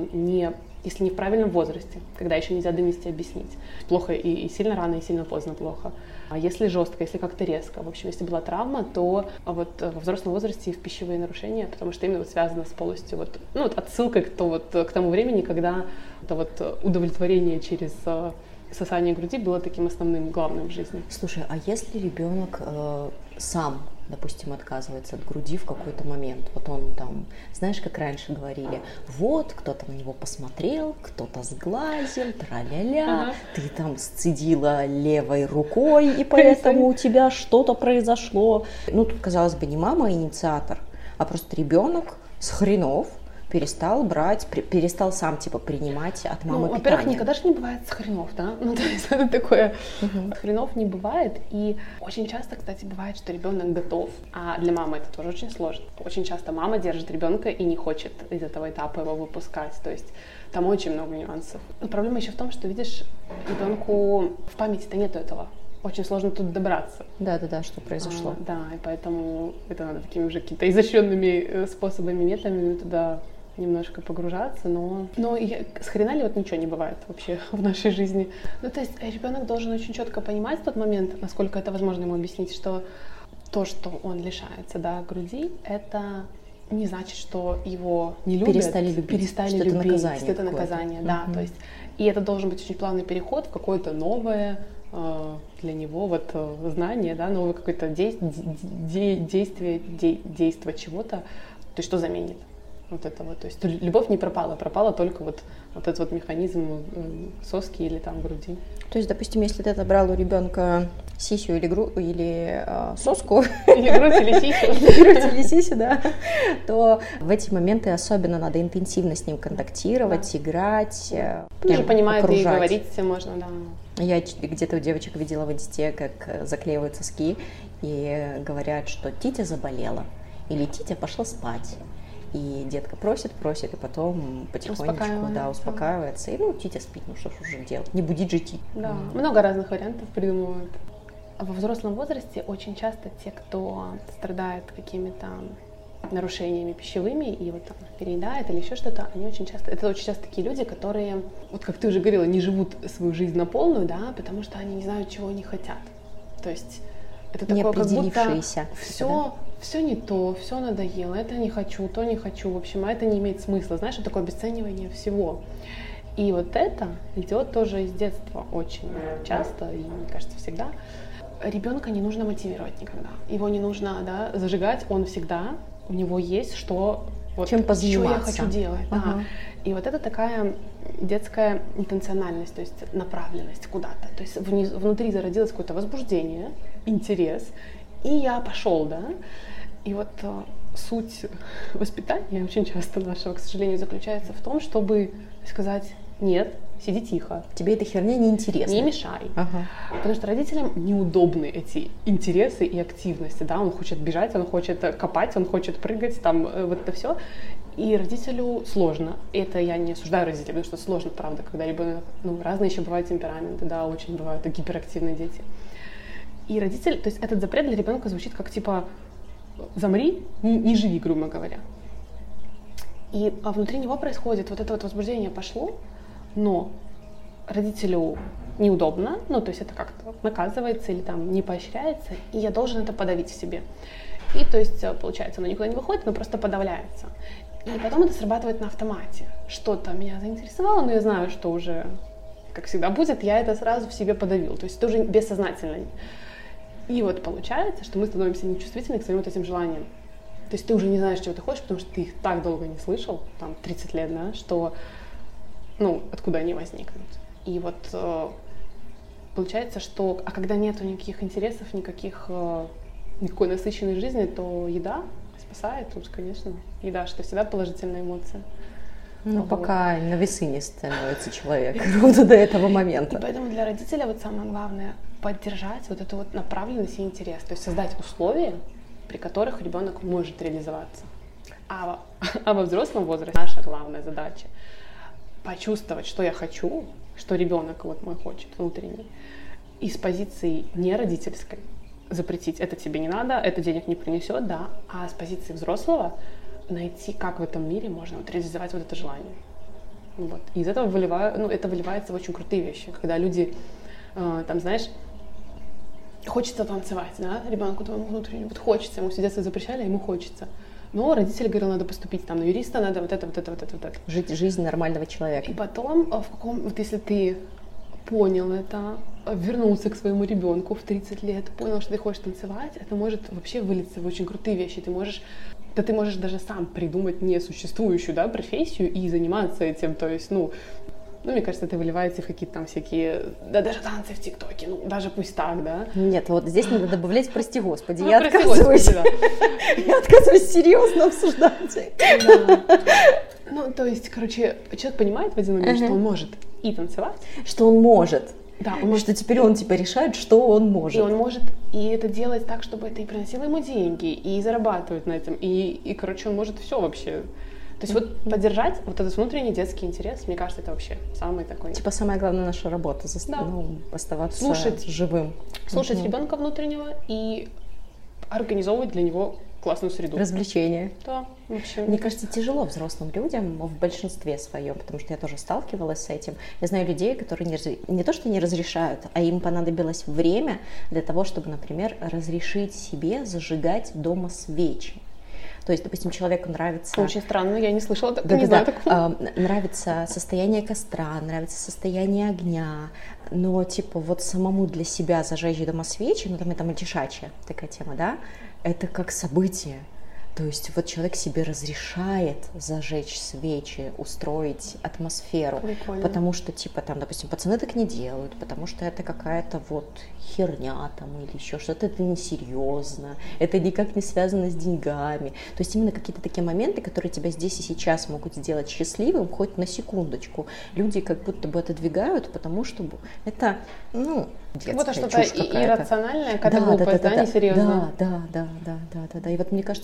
если не в правильном возрасте, когда еще нельзя донести, объяснить, плохо и сильно рано, и сильно поздно плохо. А если жестко, если как-то резко, в общем, если была травма, то вот во взрослом возрасте и в пищевые нарушения, потому что именно связано с полностью отсылкой к тому времени, когда это удовлетворение через сосание груди было таким основным, главным в жизни. Слушай, а если ребенок сам, допустим, отказывается от груди в какой-то момент, вот он там, знаешь, как раньше говорили, вот, кто-то на него посмотрел, кто-то сглазил, тра-ля-ля, ты там сцедила левой рукой, и поэтому у тебя что-то произошло. Тут, казалось бы, не мама инициатор, а просто ребенок с хренов перестал сам, принимать от мамы питание. Во-первых, никогда же не бывает с хренов, да? То есть это такое, хренов не бывает. И очень часто, кстати, бывает, что ребенок готов, а для мамы это тоже очень сложно. Очень часто мама держит ребенка и не хочет из этого этапа его выпускать. То есть там очень много нюансов. Но проблема еще в том, что, видишь, ребенку в памяти-то нету этого. Очень сложно тут добраться. Да, что произошло. Да, и поэтому это надо такими уже какими-то изощренными способами, методами туда немножко погружаться, но с хрена ли ничего не бывает вообще в нашей жизни. То есть ребенок должен очень четко понимать в тот момент, насколько это возможно ему объяснить, что то, что он лишается, да, груди, это не значит, что его не любят. Перестали любить, что это наказание. Что это наказание, да. То есть, и это должен быть очень плавный переход в какое-то новое для него знание, да, новое какое-то действие чего-то, то есть что заменит вот это вот. То есть любовь не пропала, пропала только вот этот механизм соски или там груди. То есть, допустим, если ты отобрал у ребенка сисю или соску, или грудь, или сисю, или сисю, да, то в эти моменты особенно надо интенсивно с ним контактировать, играть, уже понимает и говорить можно, да. Я где-то у девочек видела в инсте, как заклеивают соски и говорят, что Титя заболела или Титя пошла спать. и детка просит, и потом потихонечку, да, успокаивается, и, ну, титя спит, ну, что ж уже делать, не будить же тит. Да, много разных вариантов придумывают. Во взрослом возрасте очень часто те, кто страдает какими-то нарушениями пищевыми и вот там переедает или еще что-то, это очень часто такие люди, которые, вот как ты уже говорила, не живут свою жизнь на полную, да, потому что они не знают, чего они хотят. То есть это такое, как будто все не то, все надоело, это не хочу, то не хочу, в общем, а это не имеет смысла, знаешь, это такое обесценивание всего. И вот это идет тоже из детства очень часто, и, мне кажется, всегда. Ребенка не нужно мотивировать никогда, его не нужно, да, зажигать, он всегда, у него есть что, вот, чем позаниматься. Что я хочу делать, да. И вот это такая детская интенциональность, то есть направленность куда-то, то есть внутри зародилось какое-то возбуждение, интерес, и я пошел, да, и вот суть воспитания очень часто нашего, к сожалению, заключается в том, чтобы сказать: нет, сиди тихо. Тебе эта херня не интересна. Не мешай. Потому что родителям неудобны эти интересы и активности, да, он хочет бежать, он хочет копать, он хочет прыгать, там, вот это все. И родителю сложно. Это я не осуждаю родителей, потому что сложно, правда, когда ребенок, ну, разные еще бывают темпераменты, да, очень бывают гиперактивные дети. И родитель, то есть этот запрет для ребенка звучит как типа: замри, не живи, грубо говоря. А внутри него происходит вот это вот возбуждение пошло, но родителю неудобно, ну, то есть это как-то наказывается или там не поощряется, и я должен это подавить в себе. И, то есть, получается, оно никуда не выходит, оно просто подавляется. И потом это срабатывает на автомате. Что-то меня заинтересовало, но я знаю, что уже, как всегда будет, я это сразу в себе подавил. То есть это уже бессознательно. И вот получается, что мы становимся нечувствительны к своим вот этим желаниям. То есть ты уже не знаешь, чего ты хочешь, потому что ты их так долго не слышал, там, 30 лет, да, что, ну, откуда они возникнут. И вот получается, что, а когда нету никаких интересов, никакой насыщенной жизни, то еда спасает, тут, конечно, еда, что всегда положительная эмоция. Ну, вот. Пока на весы не становится человек ровно до этого момента. И поэтому для родителя вот самое главное поддержать вот эту вот направленность и интерес, то есть создать условия, при которых ребенок может реализоваться. А во взрослом возрасте наша главная задача почувствовать, что я хочу, что ребенок вот мой хочет внутренний, и с позиции не родительской запретить: это тебе не надо, это денег не принесет, да, а с позиции взрослого найти, как в этом мире можно вот реализовать вот это желание. Вот. И из этого это выливается в очень крутые вещи, когда люди, там, знаешь, хочется танцевать, да, ребенку твоему внутреннему, вот хочется, ему все детство запрещали, ему хочется. Но родители говорили: надо поступить там на юриста, надо вот это. Жить жизнь нормального человека. И потом, вот если ты понял это, вернулся к своему ребенку в 30 лет, понял, что ты хочешь танцевать, это может вообще вылиться в очень крутые вещи. Ты можешь даже сам придумать несуществующую, да, профессию и заниматься этим. То есть, ну, мне кажется, это выливается в какие-то там всякие, да, даже танцы в ТикТоке, ну, даже пусть так, да. Нет, вот здесь надо добавлять «прости господи». Я отказываюсь серьезно обсуждать. Ну, то есть, короче, человек понимает в один момент, что он может и танцевать. Что он может. Да, что теперь он типа решает, что он может. И он может и это делать так, чтобы это и приносило ему деньги, и зарабатывать на этом, и короче, он может все вообще. То есть вот поддержать вот этот внутренний детский интерес, мне кажется, это вообще самый такой... Типа самая главная наша работа, оставаться живым. Слушать ребенка внутреннего и организовывать для него классную среду. Развлечения. Да, вообще. Мне кажется, тяжело взрослым людям в большинстве своем, потому что я тоже сталкивалась с этим. Я знаю людей, которые не то что не разрешают, а им понадобилось время для того, чтобы, например, разрешить себе зажигать дома свечи. То есть, допустим, человеку нравится... Очень странно, я не слышала, не знаю такого. Нравится состояние костра, нравится состояние огня, но типа вот самому для себя зажечь дома свечи, ну там это мальчишачья такая тема, да, это как событие. То есть вот человек себе разрешает зажечь свечи, устроить атмосферу. Прикольно. Потому что, типа, там, допустим, пацаны так не делают, потому что это какая-то вот херня там или еще что-то, это несерьезно, это никак не связано с деньгами. То есть именно какие-то такие моменты, которые тебя здесь и сейчас могут сделать счастливым, хоть на секундочку. Люди как будто бы отодвигают, потому что это, детская вот что-то чушь какая-то. Иррациональная, какая-то глупость, да, несерьезно. Да. И вот мне кажется, что тяжело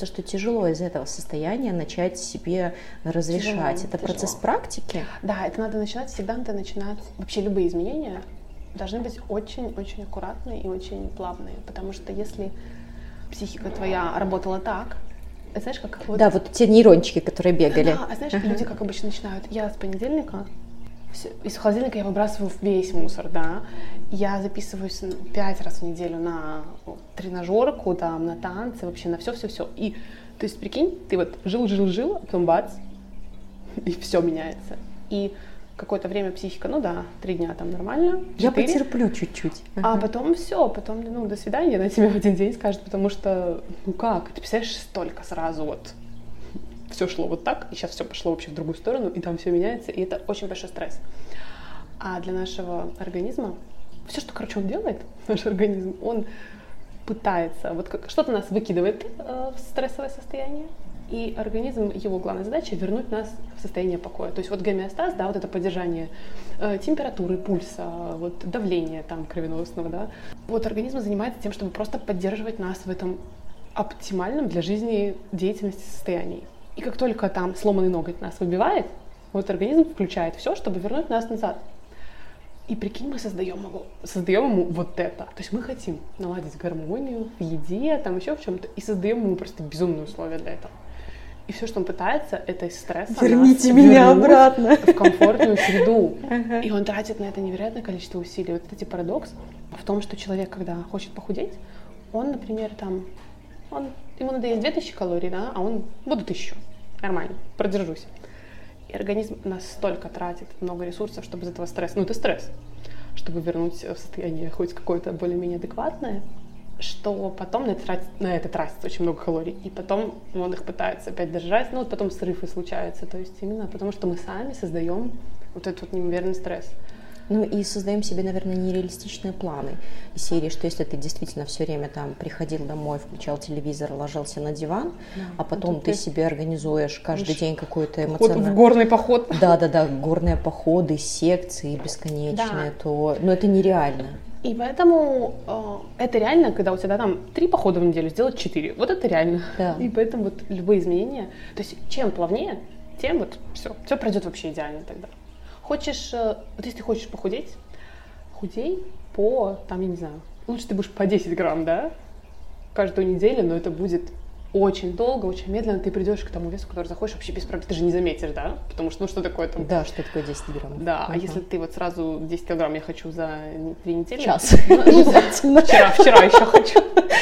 тяжело из этого состояния начать себе разрешать. Тяжело, Это процесс практики? Да, это надо начинать, всегда надо начинать. Вообще любые изменения должны быть очень-очень аккуратные и очень плавные, потому что если психика твоя работала так, знаешь, как вот... Да, вот те нейрончики, которые бегали. Да, а знаешь, люди как обычно начинают, я с понедельника, из холодильника я выбрасываю весь мусор, да, я записываюсь 5 раз в неделю на тренажерку, там, на танцы, вообще на все-все-все. И, то есть, прикинь, ты вот жил, а потом бац, и все меняется. И какое-то время психика, 3 дня там нормально, 4. Я потерплю чуть-чуть. А потом все, потом, до свидания, на тебя в один день скажет, потому что, как, ты представляешь, столько сразу вот, все шло вот так, и сейчас все пошло вообще в другую сторону, и там все меняется, и это очень большой стресс. А для нашего организма, все, что, он делает, наш организм, он пытается, вот что-то нас выкидывает в стрессовое состояние, и организм, его главная задача — вернуть нас в состояние покоя. То есть вот гомеостаз, да, вот это поддержание температуры, пульса, вот давления там кровеносного, да. Вот организм занимается тем, чтобы просто поддерживать нас в этом оптимальном для жизни деятельности состоянии. И как только там сломанный ноготь нас выбивает, вот организм включает все, чтобы вернуть нас назад. И прикинь, мы создаем ему вот это. То есть мы хотим наладить гармонию в еде, там еще в чем-то, и создаем ему просто безумные условия для этого. И все, что он пытается, это из стресса верните меня обратно в комфортную среду. И он тратит на это невероятное количество усилий. Вот эти парадокс в том, что человек, когда хочет похудеть, он, например, ему надо есть 2000 калорий, да, а он буду 1000. Нормально, продержусь. И организм настолько тратит много ресурсов, чтобы из этого стресса, это стресс, чтобы вернуть в состояние хоть какое-то более-менее адекватное, что потом на это тратится очень много калорий, и потом он их пытается опять держать, потом срывы случаются, то есть именно потому, что мы сами создаем вот этот вот неимоверный стресс. И создаем себе, наверное, нереалистичные планы из серии, что если ты действительно все время там приходил домой, включал телевизор, ложился на диван, а потом ты себе организуешь каждый день какой-то эмоциональный... В горный поход. Да, горные походы, секции бесконечные, то это нереально. И поэтому это реально, когда у тебя там 3 похода в неделю, сделать 4. Вот это реально. Да. И поэтому вот любые изменения, то есть чем плавнее, тем вот все пройдет вообще идеально тогда. Хочешь, вот если ты хочешь похудеть, худей по, я не знаю, лучше ты будешь по 10 грамм, да, каждую неделю, но это будет очень долго, очень медленно, ты придешь к тому весу, который захочешь вообще без проблем, ты же не заметишь, да, потому что, что такое там? Да, что такое 10 грамм. Да, а если ты вот сразу 10 килограмм я хочу за 3 недели. Час. Обязательно. Вчера еще хочу.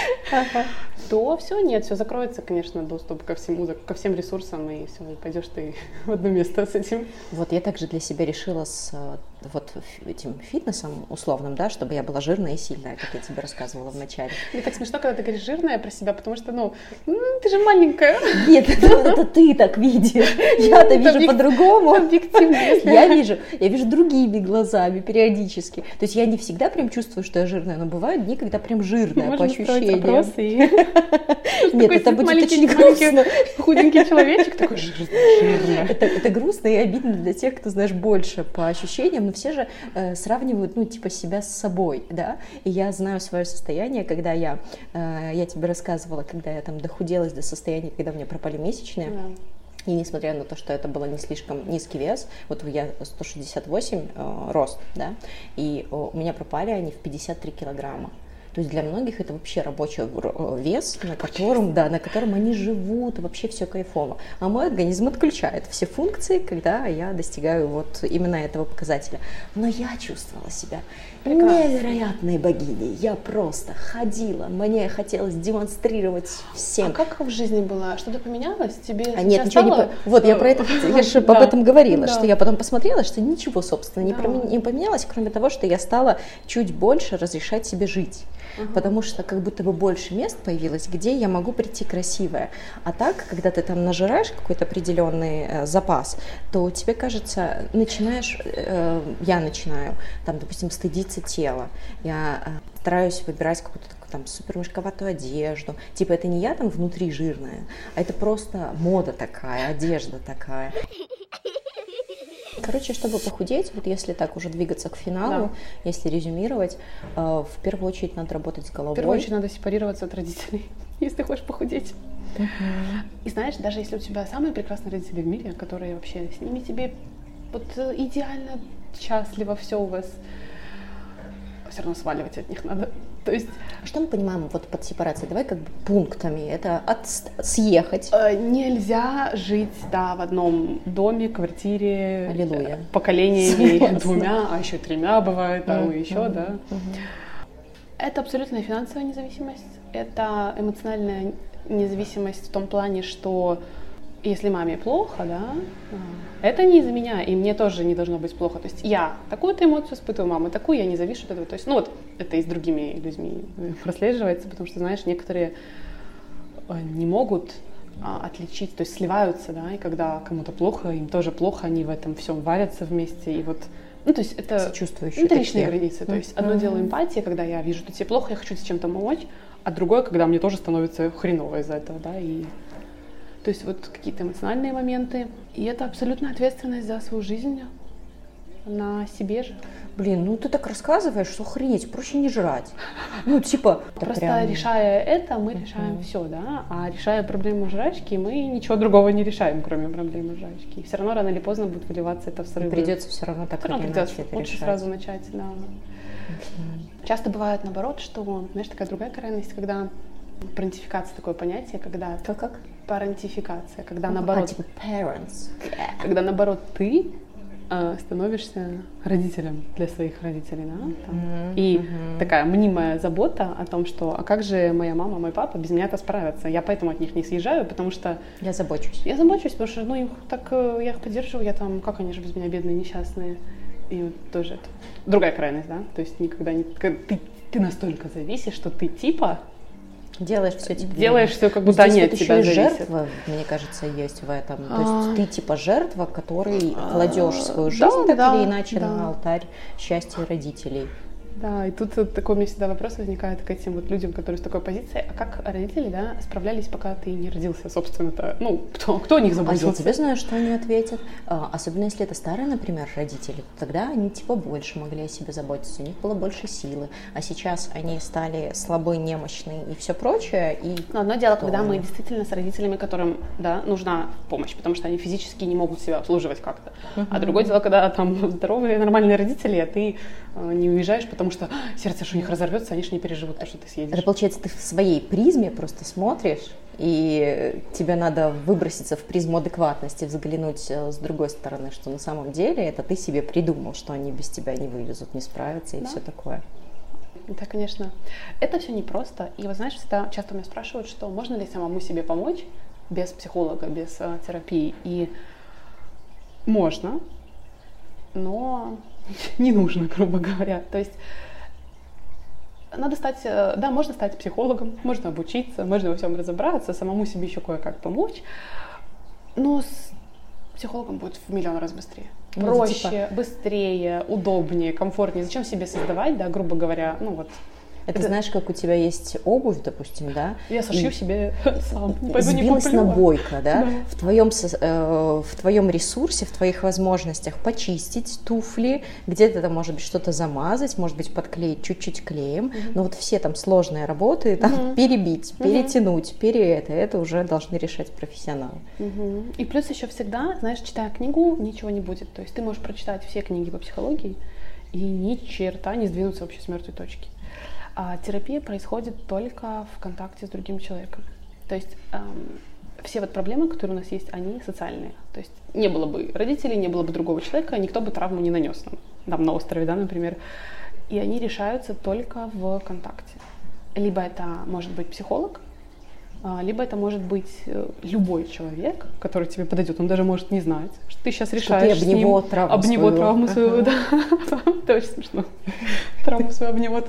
То все закроется, конечно, доступ ко всем ресурсам, и все, и пойдешь ты в одно место с этим. Вот я также для себя решила с вот этим фитнесом условным, да, чтобы я была жирная и сильная, как я тебе рассказывала в начале. Мне так смешно, когда ты говоришь жирная про себя, потому что, ты же маленькая. Нет, это ты так видишь. Я-то вижу по-другому. Объективно. Я вижу другими глазами периодически. То есть я не всегда прям чувствую, что я жирная, но бывают дни, когда прям жирная по ощущениям. Нет, это будет очень грустно. Худенький человечек такой жирный. Это грустно и обидно для тех, кто, знаешь, больше по ощущениям, но все же сравнивают, себя с собой, да, и я знаю свое состояние, когда я тебе рассказывала, когда я там дохуделась до состояния, когда у меня пропали месячные. И несмотря на то, что это был не слишком низкий вес, вот я 168 рост, да, и у меня пропали они в 53 килограмма. То есть для многих это вообще рабочий вес, на котором они живут, вообще все кайфово. А мой организм отключает все функции, когда я достигаю вот именно этого показателя. Но я чувствовала себя невероятной богиней. Я просто ходила, мне хотелось демонстрировать всем. А как в жизни было? Что-то поменялось? Тебе нет, ничего не... Вот я про это, я же об этом говорила, что я потом посмотрела, что ничего, собственно, не поменялось, кроме того, что я стала чуть больше разрешать себе жить. Потому что как будто бы больше мест появилось, где я могу прийти красивая. А так, когда ты там нажираешь какой-то определенный запас, то тебе кажется, я начинаю, там, допустим, стыдиться тела. Я стараюсь выбирать какую-то там супер мешковатую одежду. Типа это не я там внутри жирная, а это просто мода такая, одежда такая. Короче, чтобы похудеть, вот если так уже двигаться к финалу, если резюмировать, в первую очередь надо работать с головой. В первую очередь надо сепарироваться от родителей, если ты хочешь похудеть. И знаешь, даже если у тебя самые прекрасные родители в мире, которые вообще с ними тебе вот идеально счастливо, все у вас, все равно сваливать от них надо. То есть... Что мы понимаем вот под сепарацией? Давай как бы пунктами. Это съехать. Нельзя жить, да, в одном доме, квартире, Аллилуйя. Поколениями двумя, а еще тремя бывает, а еще, да. Это абсолютная финансовая независимость, это эмоциональная независимость в том плане, что если маме плохо, да, это не из-за меня, и мне тоже не должно быть плохо. То есть я такую-то эмоцию испытываю, мама такую, я не завишу от этого. То есть, ну вот, это и с другими людьми прослеживается, потому что, знаешь, некоторые не могут отличить, то есть сливаются, да, и когда кому-то плохо, им тоже плохо, они в этом всем варятся вместе, и вот, ну, то есть это личные границы. То есть одно дело эмпатия, когда я вижу, что тебе плохо, я хочу тебе чем-то помочь, а другое, когда мне тоже становится хреново из-за этого, да, и... То есть вот какие-то эмоциональные моменты. И это абсолютная ответственность за свою жизнь на себе же. Блин, ну ты так рассказываешь, что охренеть, проще не жрать. Ну, типа... Просто прям... решая это, мы решаем все, да? А решая проблему жрачки, мы ничего другого не решаем, кроме проблемы жрачки. И все равно рано или поздно будет выливаться это в срывы. Придется все равно так или иначе это лучше решать. Сразу начать, да. Часто бывает наоборот, что, знаешь, такая другая крайность, когда парентификация, такое понятие, когда... Как? Парентификация, когда наоборот... типа parents. Когда наоборот ты становишься родителем для своих родителей, да? Там. И такая мнимая забота о том, что а как же моя мама, мой папа без меня-то справятся. Я поэтому от них не съезжаю, потому что... Я забочусь. Я забочусь, потому что, ну, им так, я их поддерживаю, я там, как они же без меня бедные, несчастные. И вот тоже это другая крайность, да? То есть никогда не... Ты настолько зависишь, что ты типа... Делаешь все типа. Делаешь все, как будто они от тебя зависят. Жертва, мне кажется, есть в этом. То есть ты типа жертва, которой кладешь свою жизнь так или иначе на алтарь счастья родителей. Да, и тут такой у меня всегда вопрос возникает к этим вот людям, которые с такой позицией. А как родители, да, справлялись, пока ты не родился, собственно-то? Ну, кто о них заботился? А я тебе знаю, что они ответят. Особенно если это старые, например, родители, тогда они типа больше могли о себе заботиться, у них было больше силы. А сейчас они стали слабые, немощные и все прочее. И но одно дело, когда мы действительно с родителями, которым, да, нужна помощь, потому что они физически не могут себя обслуживать как-то. А другое дело, когда там здоровые, нормальные родители, а ты не уезжаешь, потому что сердце ж у них разорвется, они ж не переживут то, что ты съедешь. Это получается, ты в своей призме просто смотришь, и тебе надо выброситься в призму адекватности, взглянуть с другой стороны, что на самом деле это ты себе придумал, что они без тебя не вылезут, не справятся и все такое. Да, конечно. Это все непросто. И вот знаешь, всегда часто меня спрашивают, что можно ли самому себе помочь без психолога, без терапии. И можно, но не нужно, грубо говоря. То есть надо стать, да, можно стать психологом, можно обучиться, можно во всем разобраться, самому себе еще кое-как помочь, но с психологом будет в миллион раз быстрее. Проще, быстрее, удобнее, комфортнее. Зачем себе создавать, да, грубо говоря, ну вот. Это знаешь, как у тебя есть обувь, допустим, да? Я сошью себе сам. Сбилась набойка, да? В твоем ресурсе, в твоих возможностях почистить туфли, где-то там, может быть, что-то замазать, может быть, подклеить чуть-чуть клеем, но вот все там сложные работы, там, перебить, перетянуть, это уже должны решать профессионалы. И плюс еще всегда, знаешь, читая книгу, ничего не будет. То есть ты можешь прочитать все книги по психологии и ни черта не сдвинуться вообще с мертвой точки. А терапия происходит только в контакте с другим человеком. То есть все вот проблемы, которые у нас есть, они социальные. То есть не было бы родителей, не было бы другого человека, никто бы травму не нанес нам, там на острове, да, например. И они решаются только в контакте. Либо это может быть психолог, либо это может быть любой человек, который тебе подойдет. Он даже может не знать, что ты сейчас решаешь об него травму свою. Да, это очень смешно. Травму свою об него.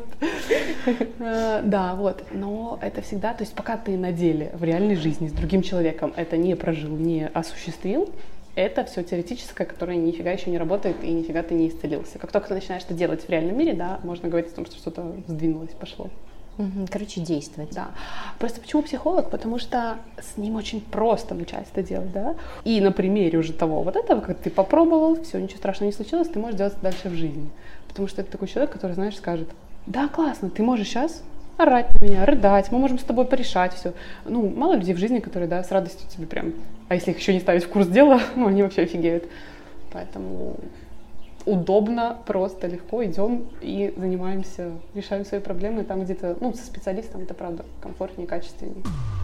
Да, вот. Но это всегда, то есть пока ты на деле, в реальной жизни с другим человеком это не прожил, не осуществил, это все теоретическое, которое нифига еще не работает и нифига ты не исцелился. Как только ты начинаешь это делать в реальном мире, да, можно говорить о том, что что-то сдвинулось, пошло. Короче, действовать. Да. Просто почему психолог? Потому что с ним очень просто начать это делать, да? И на примере уже того вот этого, как ты попробовал, все, ничего страшного не случилось, ты можешь делать дальше в жизни. Потому что это такой человек, который, знаешь, скажет: да, классно, ты можешь сейчас орать на меня, рыдать, мы можем с тобой порешать все. Ну, мало людей в жизни, которые, да, с радостью тебе прям, а если их еще не ставить в курс дела, ну, они вообще офигеют. Поэтому удобно, просто, легко идем и занимаемся, решаем свои проблемы там где-то, ну, со специалистом это, правда, комфортнее, качественнее.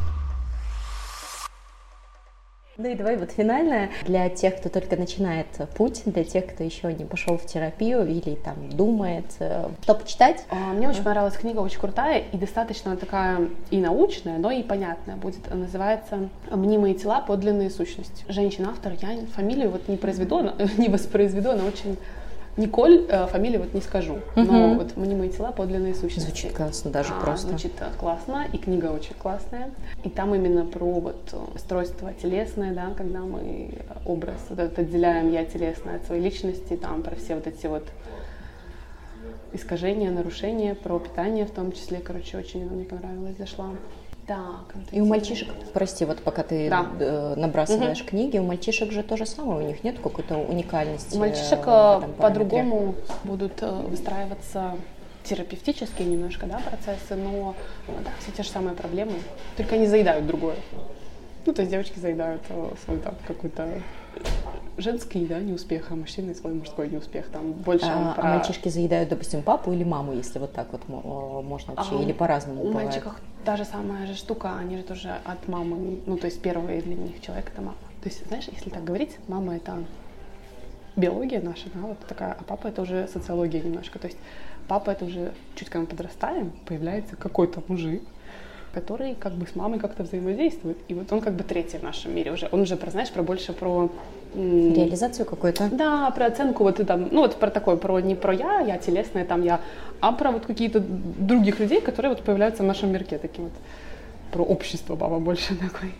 Ну и давай вот финальное для тех, кто только начинает путь, для тех, кто еще не пошел в терапию или там думает, что почитать. Мне очень понравилась книга, очень крутая и достаточно такая и научная, но и понятная будет. Называется «Мнимые тела. Подлинные сущности». Женщина-автор, я фамилию вот не воспроизведу, она очень... Николь, фамилию вот не скажу, но вот «Мнимые тела. Подлинные сущности». Звучит классно, даже просто. Звучит классно, и книга очень классная. И там именно про вот устройство телесное, да, когда мы образ вот этот отделяем «я» телесное от своей личности, там про все вот эти вот искажения, нарушения, про питание в том числе, короче, очень мне понравилось, зашла. Так, и у мальчишек, прости, вот пока ты набрасываешь книги, у мальчишек же то же самое, у них нет какой-то уникальности. У мальчишек по-другому будут выстраиваться терапевтические немножко, да, процессы, но да, все те же самые проблемы, только они заедают другое. Ну, то есть девочки заедают свой там какой-то женский, да, неуспех, а мужчины свой мужской неуспех. Там больше а мальчишки заедают, допустим, папу или маму, если вот так вот можно вообще, или по-разному у бывает? мальчиков та же самая же штука, они же тоже от мамы, ну, то есть первый для них человек — это мама. То есть, знаешь, если так говорить, мама — это биология наша, да, вот такая, а папа — это уже социология немножко. То есть папа — это уже чуть когда мы подрастаем, появляется какой-то мужик, который как бы с мамой как-то взаимодействует. И вот он как бы третий в нашем мире уже. Он уже, знаешь, больше про... реализацию какую-то? Да, про оценку вот и там, ну вот про такое, не про я телесное, там я, а про вот какие-то других людей, которые вот появляются в нашем мирке, таким вот, про общество папа больше такой.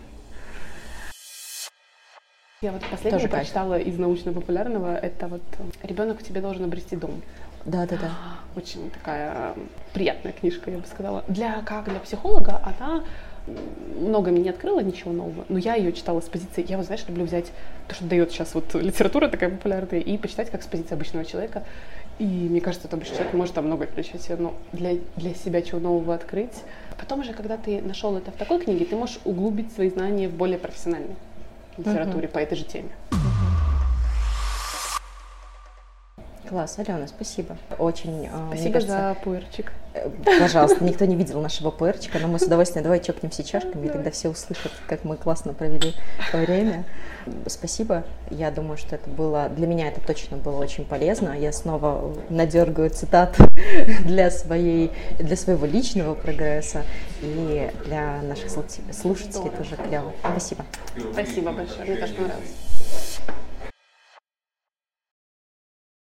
Я вот последнее прочитала из научно-популярного, это вот «Ребенок в тебе должен обрести дом». Да. Очень такая приятная книжка, я бы сказала. Для психолога она много мне не открыла, ничего нового, но я ее читала с позиции, я вот, знаешь, люблю взять то, что дает сейчас вот литература такая популярная, и почитать как с позиции обычного человека. И мне кажется, что обычный человек может там много включить, но для себя чего нового открыть. Потом же, когда ты нашел это в такой книге, ты можешь углубить свои знания в более профессиональной литературе по этой же теме. Класс, Алена, спасибо. Очень, спасибо за пуэрчик. Пожалуйста, никто не видел нашего пуэрчика, но мы с удовольствием давай чокнемся чашками, и тогда все услышат, как мы классно провели время. Спасибо. Я думаю, что это было, для меня это точно было очень полезно. Я снова надергаю цитат для своего личного прогресса и для наших слушателей тоже клево. Спасибо. Спасибо большое, мне тоже понравилось.